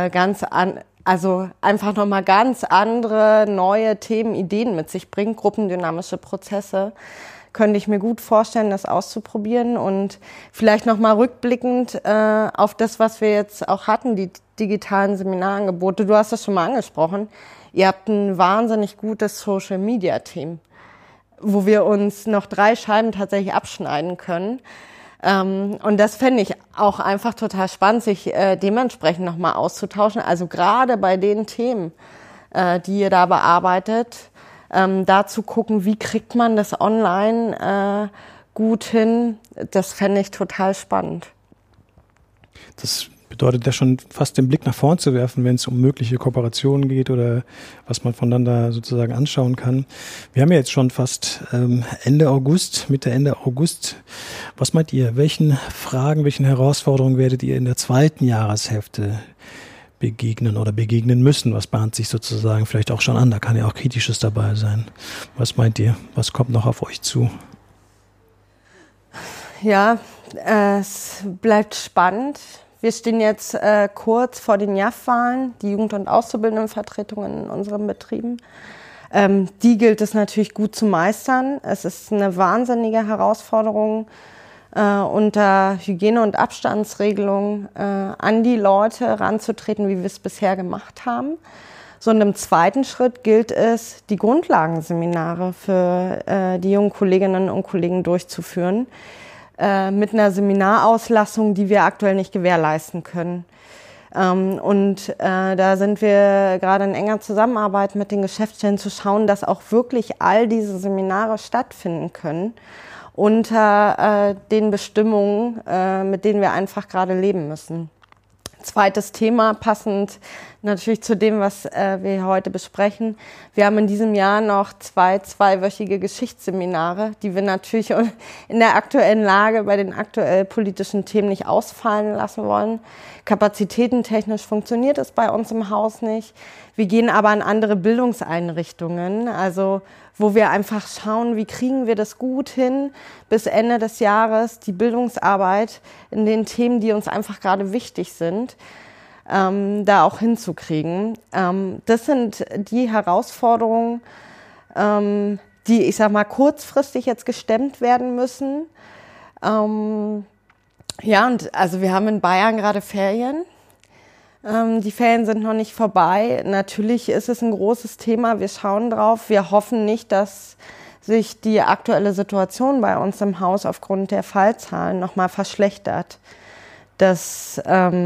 einfach nochmal ganz andere, neue Themen, Ideen mit sich bringt, gruppendynamische Prozesse. Könnte ich mir gut vorstellen, das auszuprobieren und vielleicht nochmal rückblickend auf das, was wir jetzt auch hatten, die digitalen Seminarangebote. Du hast das schon mal angesprochen. Ihr habt ein wahnsinnig gutes Social-Media-Team, wo wir uns noch 3 Scheiben tatsächlich abschneiden können. Und das fände ich auch einfach total spannend, sich dementsprechend nochmal auszutauschen. Also gerade bei den Themen, die ihr da bearbeitet, da zu gucken, wie kriegt man das online gut hin, das fände ich total spannend. Das Bedeutet das schon fast den Blick nach vorn zu werfen, wenn es um mögliche Kooperationen geht oder was man voneinander sozusagen anschauen kann. Wir haben ja jetzt schon fast Mitte Ende August. Was meint ihr? Welchen Fragen, welchen Herausforderungen werdet ihr in der zweiten Jahreshälfte begegnen oder begegnen müssen? Was bahnt sich sozusagen vielleicht auch schon an? Da kann ja auch Kritisches dabei sein. Was meint ihr? Was kommt noch auf euch zu? Ja, es bleibt spannend. Wir stehen jetzt kurz vor den JAF-Wahlen, die Jugend- und Auszubildendenvertretungen in unseren Betrieben. Die gilt es natürlich gut zu meistern. Es ist eine wahnsinnige Herausforderung, unter Hygiene- und Abstandsregelungen an die Leute ranzutreten, wie wir es bisher gemacht haben. So, und im zweiten Schritt gilt es, die Grundlagenseminare für die jungen Kolleginnen und Kollegen durchzuführen, mit einer Seminarauslastung, die wir aktuell nicht gewährleisten können. Da sind wir gerade in enger Zusammenarbeit mit den Geschäftsstellen zu schauen, dass auch wirklich all diese Seminare stattfinden können unter den Bestimmungen, mit denen wir einfach gerade leben müssen. Zweites Thema, passend natürlich zu dem, was wir heute besprechen. Wir haben in diesem Jahr noch zweiwöchige Geschichtsseminare, die wir natürlich in der aktuellen Lage bei den aktuell politischen Themen nicht ausfallen lassen wollen. Kapazitätentechnisch funktioniert es bei uns im Haus nicht. Wir gehen aber an andere Bildungseinrichtungen, also wo wir einfach schauen, wie kriegen wir das gut hin, bis Ende des Jahres die Bildungsarbeit in den Themen, die uns einfach gerade wichtig sind, da auch hinzukriegen. Das sind die Herausforderungen, die, ich sag mal, kurzfristig jetzt gestemmt werden müssen. Ja, und also wir haben in Bayern gerade Ferien. Die Ferien sind noch nicht vorbei. Natürlich ist es ein großes Thema. Wir schauen drauf. Wir hoffen nicht, dass sich die aktuelle Situation bei uns im Haus aufgrund Fallzahlen nochmal verschlechtert. Das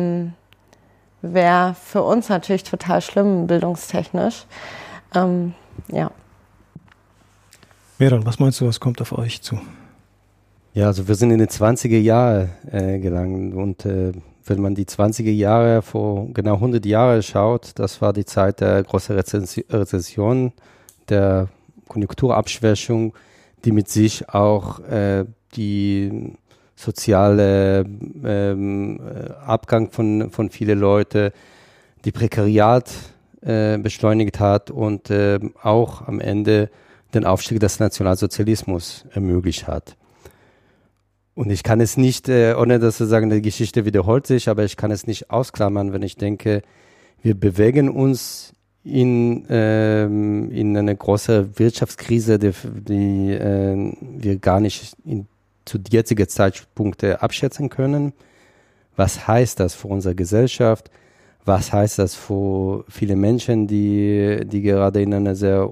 wäre für uns natürlich total schlimm, bildungstechnisch. Ja. Meron, was meinst du, was kommt auf euch zu? Ja, also wir sind in die 20er Jahre gelangt und wenn man die 20er Jahre vor genau 100 Jahren schaut, das war die Zeit der großen Rezession, der Konjunkturabschwächung, die mit sich auch die soziale Abgang von vielen Leuten, die Prekariat beschleunigt hat und auch am Ende den Aufstieg des Nationalsozialismus ermöglicht hat. Und ich kann es nicht, ohne dass zu sagen, die Geschichte wiederholt sich, aber ich kann es nicht ausklammern, wenn ich denke, wir bewegen uns in eine große Wirtschaftskrise, die wir gar nicht zu jetzigen Zeitpunkt abschätzen können. Was heißt das für unsere Gesellschaft? Was heißt das für viele Menschen, die gerade in einer sehr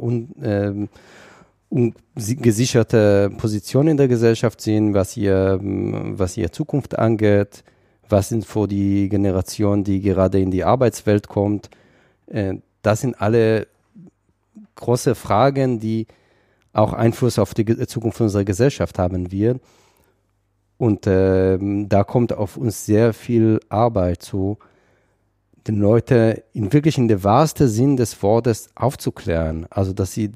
ungesicherte Position in der Gesellschaft sind, was ihre Zukunft angeht? Was sind für die Generation, die gerade in die Arbeitswelt kommt? Das sind alle große Fragen, die auch Einfluss auf die Zukunft unserer Gesellschaft haben wird. Und da kommt auf uns sehr viel Arbeit zu, den Leuten wirklich in der wahrsten Sinn des Wortes aufzuklären. Also dass sie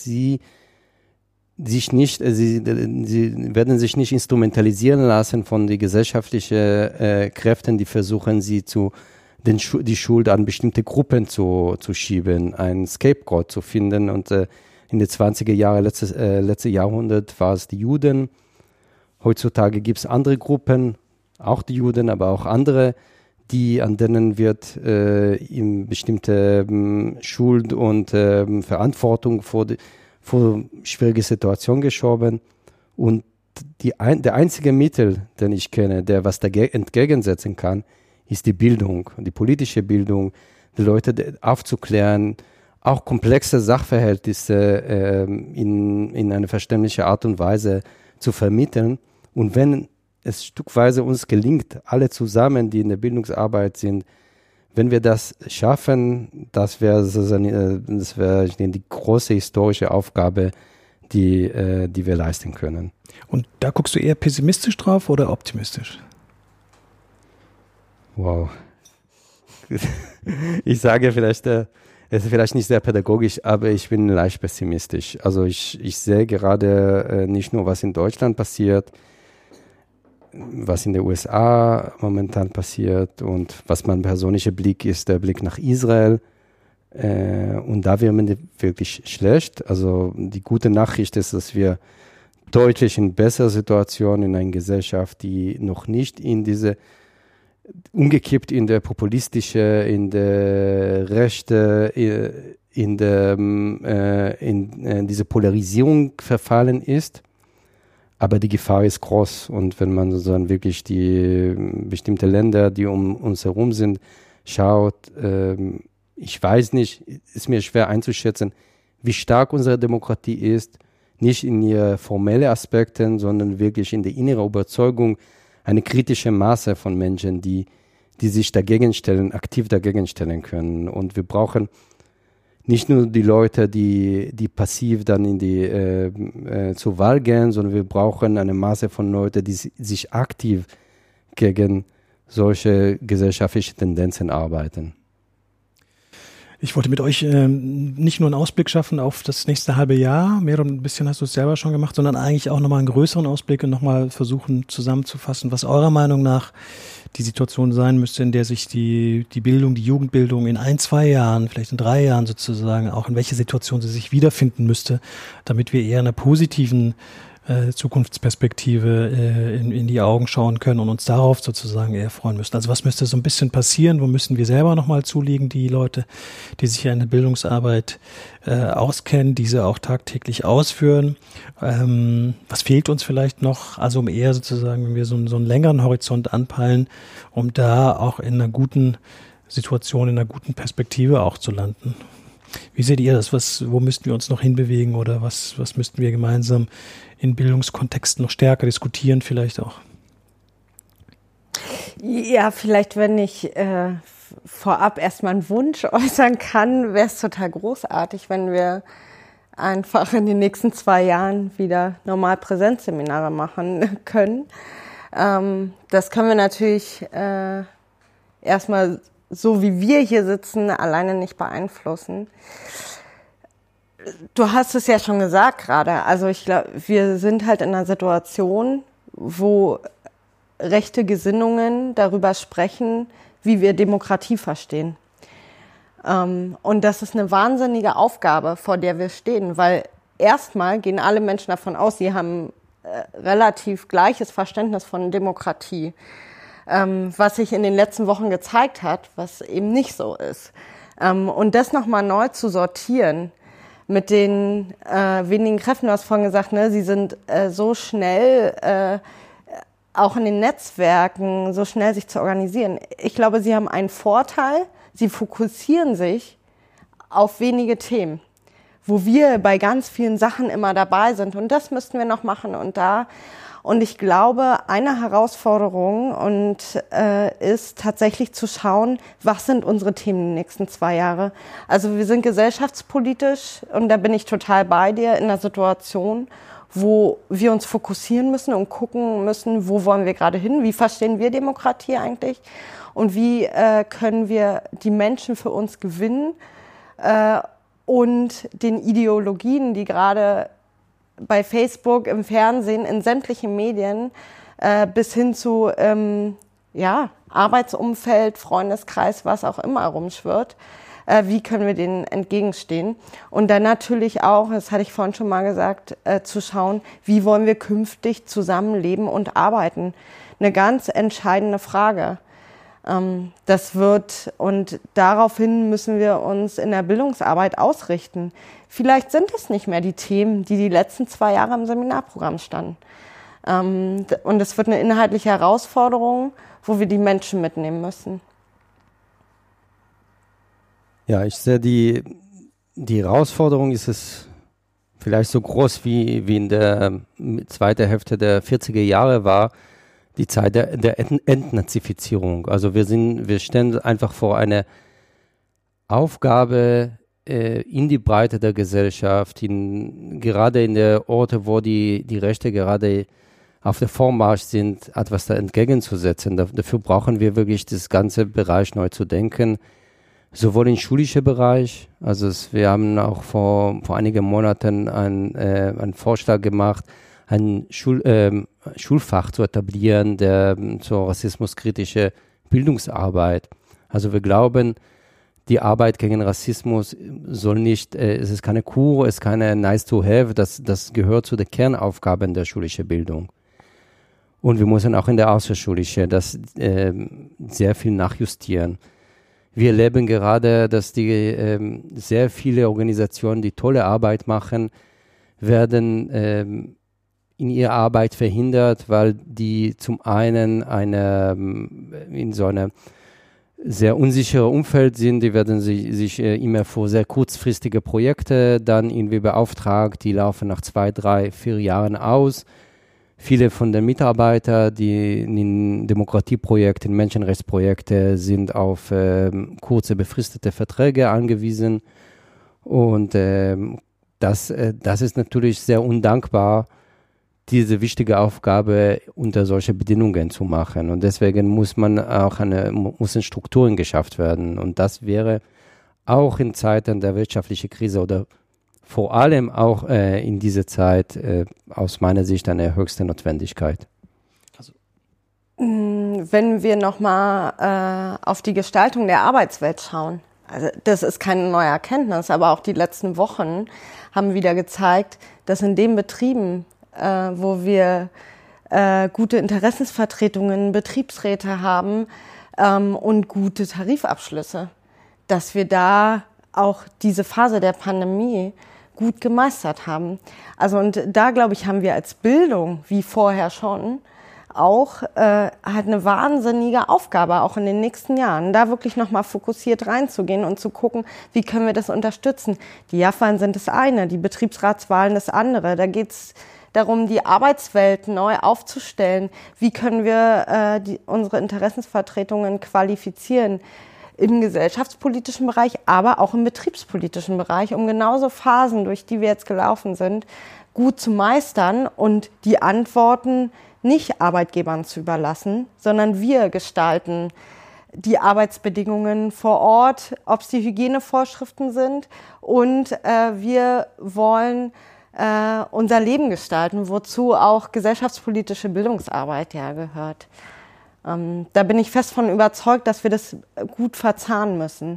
werden sich nicht instrumentalisieren lassen von den gesellschaftlichen Kräften, die versuchen, die Schuld an bestimmte Gruppen zu schieben, einen Scapegoat zu finden. Und in den 20er Jahren, letztes Jahrhundert, war es die Juden. Heutzutage gibt es andere Gruppen, auch die Juden, aber auch andere, an denen wird ihm bestimmte Schuld und Verantwortung vor schwierige Situationen geschoben. Und der einzige Mittel, den ich kenne, der was dagegen entgegensetzen kann, ist die Bildung, die politische Bildung, die Leute aufzuklären, auch komplexe Sachverhältnisse in eine verständliche Art und Weise zu vermitteln. Und wenn es stückweise uns gelingt, alle zusammen, die in der Bildungsarbeit sind, wenn wir das schaffen, das wäre die große historische Aufgabe, die wir leisten können. Und da guckst du eher pessimistisch drauf oder optimistisch? Wow. Ich sage vielleicht, es ist vielleicht nicht sehr pädagogisch, aber ich bin leicht pessimistisch. Also ich sehe gerade nicht nur, was in Deutschland passiert, was in den USA momentan passiert und was mein persönlicher Blick ist, der Blick nach Israel. Und da wird mir wirklich schlecht. Also die gute Nachricht ist, dass wir deutlich in besserer Situation in einer Gesellschaft, die noch nicht in diese umgekippt in der populistische, in der rechte, in diese Polarisierung verfallen ist. Aber die Gefahr ist groß. Und wenn man sozusagen wirklich die bestimmte Länder, die um uns herum sind, schaut, ich weiß nicht, ist mir schwer einzuschätzen, wie stark unsere Demokratie ist, nicht in ihre formellen Aspekten, sondern wirklich in der inneren Überzeugung, eine kritische Masse von Menschen, die sich dagegen stellen, aktiv dagegen stellen können. Und wir brauchen nicht nur die Leute, die passiv dann zur Wahl gehen, sondern wir brauchen eine Masse von Leuten, die sich aktiv gegen solche gesellschaftliche Tendenzen arbeiten. Ich wollte mit euch nicht nur einen Ausblick schaffen auf das nächste halbe Jahr, mehr oder ein bisschen hast du es selber schon gemacht, sondern eigentlich auch nochmal einen größeren Ausblick und nochmal versuchen zusammenzufassen, was eurer Meinung nach die Situation sein müsste, in der sich die Bildung, die Jugendbildung in 1, 2 Jahren, vielleicht in 3 Jahren sozusagen, auch in welche Situation sie sich wiederfinden müsste, damit wir eher in einer positiven Zukunftsperspektive in die Augen schauen können und uns darauf sozusagen eher freuen müssen. Also was müsste so ein bisschen passieren? Wo müssen wir selber nochmal zulegen, die Leute, die sich ja in der Bildungsarbeit auskennen, diese auch tagtäglich ausführen? Was fehlt uns vielleicht noch? Also um eher sozusagen, wenn wir so einen längeren Horizont anpeilen, um da auch in einer guten Situation, in einer guten Perspektive auch zu landen. Wie seht ihr das? Wo müssten wir uns noch hinbewegen oder was müssten wir gemeinsam in Bildungskontexten noch stärker diskutieren vielleicht auch? Ja, vielleicht, wenn ich vorab erstmal einen Wunsch äußern kann, wäre es total großartig, wenn wir einfach in den nächsten 2 Jahren wieder normal Präsenzseminare machen können. Das können wir natürlich erstmal so wie wir hier sitzen, alleine nicht beeinflussen. Du hast es ja schon gesagt gerade. Also ich glaube, wir sind halt in einer Situation, wo rechte Gesinnungen darüber sprechen, wie wir Demokratie verstehen. Und das ist eine wahnsinnige Aufgabe, vor der wir stehen, weil erstmal gehen alle Menschen davon aus, sie haben relativ gleiches Verständnis von Demokratie. Was sich in den letzten Wochen gezeigt hat, was eben nicht so ist. Und das nochmal neu zu sortieren mit den wenigen Kräften, du hast vorhin gesagt, ne, sie sind so schnell, auch in den Netzwerken, so schnell sich zu organisieren. Ich glaube, sie haben einen Vorteil, sie fokussieren sich auf wenige Themen, wo wir bei ganz vielen Sachen immer dabei sind. Und das müssten wir noch machen und ich glaube, eine Herausforderung ist tatsächlich zu schauen, was sind unsere Themen die nächsten 2 Jahre. Also wir sind gesellschaftspolitisch, und da bin ich total bei dir, in einer Situation, wo wir uns fokussieren müssen und gucken müssen, wo wollen wir gerade hin, wie verstehen wir Demokratie eigentlich und wie können wir die Menschen für uns gewinnen und den Ideologien, die gerade bei Facebook, im Fernsehen, in sämtlichen Medien bis hin zu Arbeitsumfeld, Freundeskreis, was auch immer rumschwirrt. Wie können wir denen entgegenstehen? Und dann natürlich auch, das hatte ich vorhin schon mal gesagt, zu schauen, wie wollen wir künftig zusammenleben und arbeiten? Eine ganz entscheidende Frage. Das wird, und daraufhin müssen wir uns in der Bildungsarbeit ausrichten. Vielleicht sind es nicht mehr die Themen, die letzten 2 Jahre im Seminarprogramm standen. Und es wird eine inhaltliche Herausforderung, wo wir die Menschen mitnehmen müssen. Ja, ich sehe, die Herausforderung ist es vielleicht so groß wie in der zweiten Hälfte der 40er Jahre war, die Zeit der Entnazifizierung. Also wir stehen einfach vor einer Aufgabe in die Breite der Gesellschaft, gerade in der Orte, wo die Rechte gerade auf der Vormarsch sind, etwas da entgegenzusetzen. Dafür brauchen wir wirklich das ganze Bereich neu zu denken, sowohl im schulischen Bereich, also wir haben auch vor einigen Monaten einen Vorschlag gemacht, ein Schulfach zu etablieren, der zur rassismuskritischen Bildungsarbeit. Also wir glauben, die Arbeit gegen Rassismus soll nicht, es ist keine Kur, es ist keine nice to have, das gehört zu den Kernaufgaben der schulischen Bildung. Und wir müssen auch in der außerschulischen das sehr viel nachjustieren. Wir erleben gerade, dass die sehr viele Organisationen, die tolle Arbeit machen, werden in ihrer Arbeit verhindert, weil die zum einen in so einem sehr unsicheren Umfeld sind. Die werden sich immer für sehr kurzfristige Projekte dann irgendwie beauftragt. Die laufen nach 2, 3, 4 Jahren aus. Viele von den Mitarbeitern, die in Demokratieprojekten, Menschenrechtsprojekte sind auf kurze befristete Verträge angewiesen. Und das ist natürlich sehr undankbar, diese wichtige Aufgabe unter solche Bedingungen zu machen. Und deswegen müssen Strukturen geschafft werden. Und das wäre auch in Zeiten der wirtschaftlichen Krise oder vor allem auch in dieser Zeit aus meiner Sicht eine höchste Notwendigkeit. Wenn wir nochmal auf die Gestaltung der Arbeitswelt schauen, also das ist keine neue Erkenntnis, aber auch die letzten Wochen haben wieder gezeigt, dass in den Betrieben, wo wir gute Interessensvertretungen, Betriebsräte haben und gute Tarifabschlüsse, dass wir da auch diese Phase der Pandemie gut gemeistert haben. Also und da, glaube ich, haben wir als Bildung, wie vorher schon, auch halt eine wahnsinnige Aufgabe, auch in den nächsten Jahren, da wirklich nochmal fokussiert reinzugehen und zu gucken, wie können wir das unterstützen. Die JAF-Wahlen sind das eine, die Betriebsratswahlen das andere. Da geht's darum, die Arbeitswelt neu aufzustellen. Wie können wir unsere Interessensvertretungen qualifizieren im gesellschaftspolitischen Bereich, aber auch im betriebspolitischen Bereich, um genauso Phasen, durch die wir jetzt gelaufen sind, gut zu meistern und die Antworten nicht Arbeitgebern zu überlassen, sondern wir gestalten die Arbeitsbedingungen vor Ort, ob es die Hygienevorschriften sind, und wir wollen unser Leben gestalten, wozu auch gesellschaftspolitische Bildungsarbeit ja gehört. Da bin ich fest von überzeugt, dass wir das gut verzahnen müssen.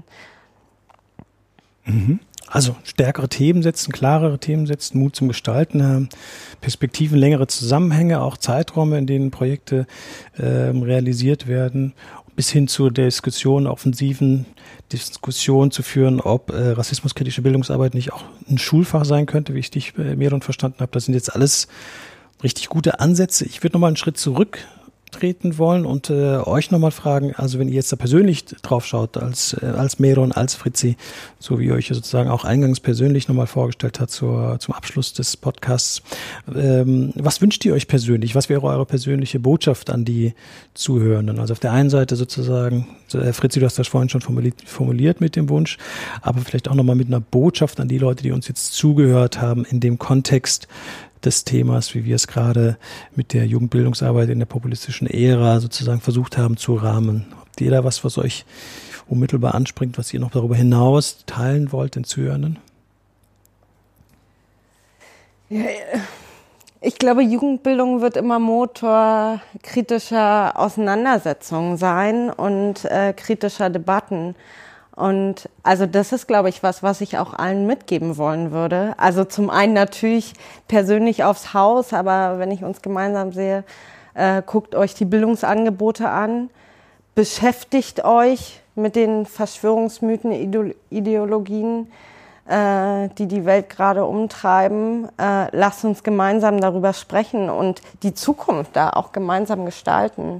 Also stärkere Themen setzen, klarere Themen setzen, Mut zum Gestalten, Perspektiven, längere Zusammenhänge, auch Zeiträume, in denen Projekte realisiert werden, bis hin zur Diskussion, offensiven Diskussion zu führen, ob rassismuskritische Bildungsarbeit nicht auch ein Schulfach sein könnte, wie ich dich, Meron, verstanden habe. Das sind jetzt alles richtig gute Ansätze. Ich würde nochmal einen Schritt zurücktreten wollen und euch nochmal fragen, also wenn ihr jetzt da persönlich drauf schaut, als Meron, als Fritzi, so wie ihr euch sozusagen auch eingangs persönlich nochmal vorgestellt hat zum Abschluss des Podcasts, was wünscht ihr euch persönlich? Was wäre eure persönliche Botschaft an die Zuhörenden? Also auf der einen Seite sozusagen, Fritzi, du hast das vorhin schon formuliert mit dem Wunsch, aber vielleicht auch nochmal mit einer Botschaft an die Leute, die uns jetzt zugehört haben in dem Kontext des Themas, wie wir es gerade mit der Jugendbildungsarbeit in der populistischen Ära sozusagen versucht haben zu rahmen. Habt ihr da was euch unmittelbar anspringt, was ihr noch darüber hinaus teilen wollt, den Zuhörenden? Ja, ich glaube, Jugendbildung wird immer Motor kritischer Auseinandersetzungen sein und kritischer Debatten. Und also das ist, glaube ich, was ich auch allen mitgeben wollen würde. Also zum einen natürlich persönlich aufs Haus, aber wenn ich uns gemeinsam sehe, guckt euch die Bildungsangebote an, beschäftigt euch mit den Verschwörungsmythen, Ideologien, die die Welt gerade umtreiben. Lasst uns gemeinsam darüber sprechen und die Zukunft da auch gemeinsam gestalten.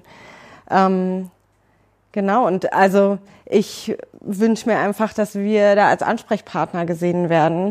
Genau, und also ich wünsche mir einfach, dass wir da als Ansprechpartner gesehen werden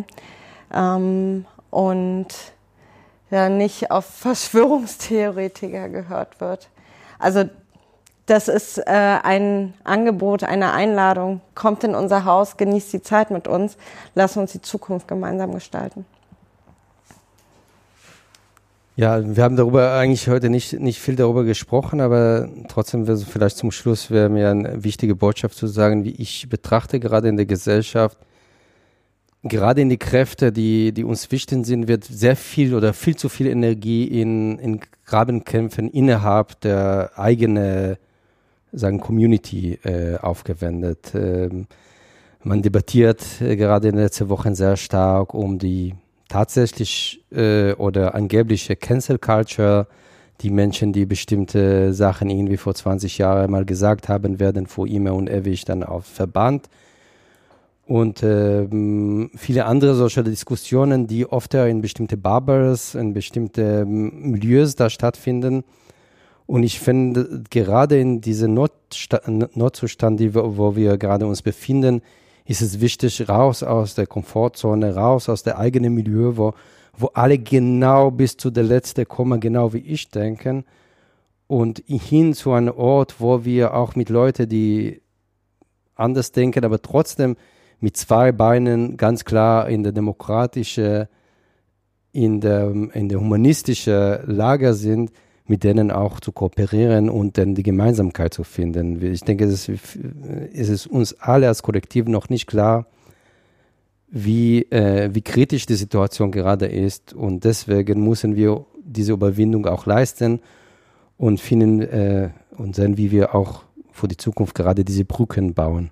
und ja nicht auf Verschwörungstheoretiker gehört wird. Also das ist ein Angebot, eine Einladung. Kommt in unser Haus, genießt die Zeit mit uns, lasst uns die Zukunft gemeinsam gestalten. Ja, wir haben darüber eigentlich heute nicht viel darüber gesprochen, aber trotzdem wäre vielleicht zum Schluss wäre mir eine wichtige Botschaft zu sagen, wie ich betrachte gerade in der Gesellschaft, gerade in die Kräfte, die uns wichtig sind, wird sehr viel oder viel zu viel Energie in Grabenkämpfen innerhalb der eigenen, Community aufgewendet. Man debattiert gerade in den letzten Wochen sehr stark um die tatsächlich oder angebliche Cancel Culture, die Menschen, die bestimmte Sachen irgendwie vor 20 Jahren mal gesagt haben, werden vor immer und ewig dann auch verbannt. Und viele andere solche Diskussionen, die oft in bestimmte Bubbles, in bestimmte Milieus da stattfinden. Und ich finde, gerade in diesem Notzustand, wo wir gerade uns befinden, ist es wichtig, raus aus der Komfortzone, raus aus der eigenen Milieu, wo alle genau bis zu der letzten Komma genau wie ich denken und hin zu einem Ort, wo wir auch mit Leuten, die anders denken, aber trotzdem mit zwei Beinen ganz klar in der demokratischen, in der humanistischen Lager sind, mit denen auch zu kooperieren und dann die Gemeinsamkeit zu finden. Ich denke, es ist uns alle als Kollektiv noch nicht klar, wie kritisch die Situation gerade ist. Und deswegen müssen wir diese Überwindung auch leisten und finden und sehen, wie wir auch für die Zukunft gerade diese Brücken bauen.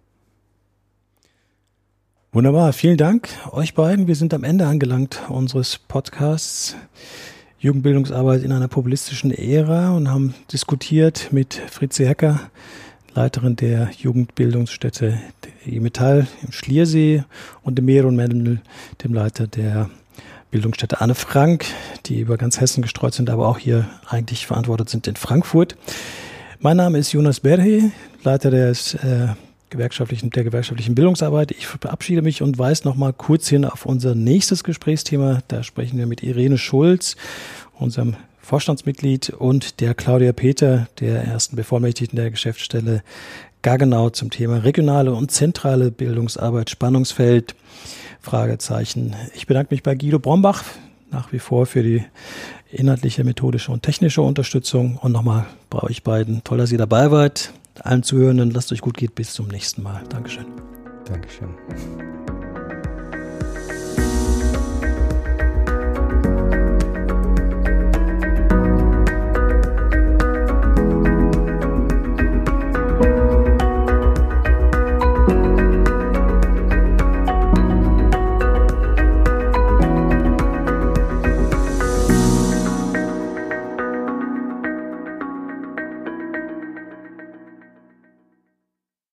Wunderbar, vielen Dank euch beiden. Wir sind am Ende angelangt unseres Podcasts Jugendbildungsarbeit in einer populistischen Ära und haben diskutiert mit Fritzi Hecker, Leiterin der Jugendbildungsstätte der Metall im Schliersee, und dem Meron Mendel, dem Leiter der Bildungsstätte Anne Frank, die über ganz Hessen gestreut sind, aber auch hier eigentlich verantwortet sind in Frankfurt. Mein Name ist Jonas Berhe, Leiter der gewerkschaftlichen Bildungsarbeit. Ich verabschiede mich und weise noch mal kurz hin auf unser nächstes Gesprächsthema. Da sprechen wir mit Irene Schulz, unserem Vorstandsmitglied, und der Claudia Peter, der ersten Bevollmächtigten der Geschäftsstelle Gaggenau, zum Thema regionale und zentrale Bildungsarbeit, Spannungsfeld, Fragezeichen. Ich bedanke mich bei Guido Brombach nach wie vor für die inhaltliche, methodische und technische Unterstützung. Und nochmal bei euch beiden, toll, dass ihr dabei wart. Allen Zuhörenden, lasst euch gut gehen, bis zum nächsten Mal. Dankeschön. Dankeschön.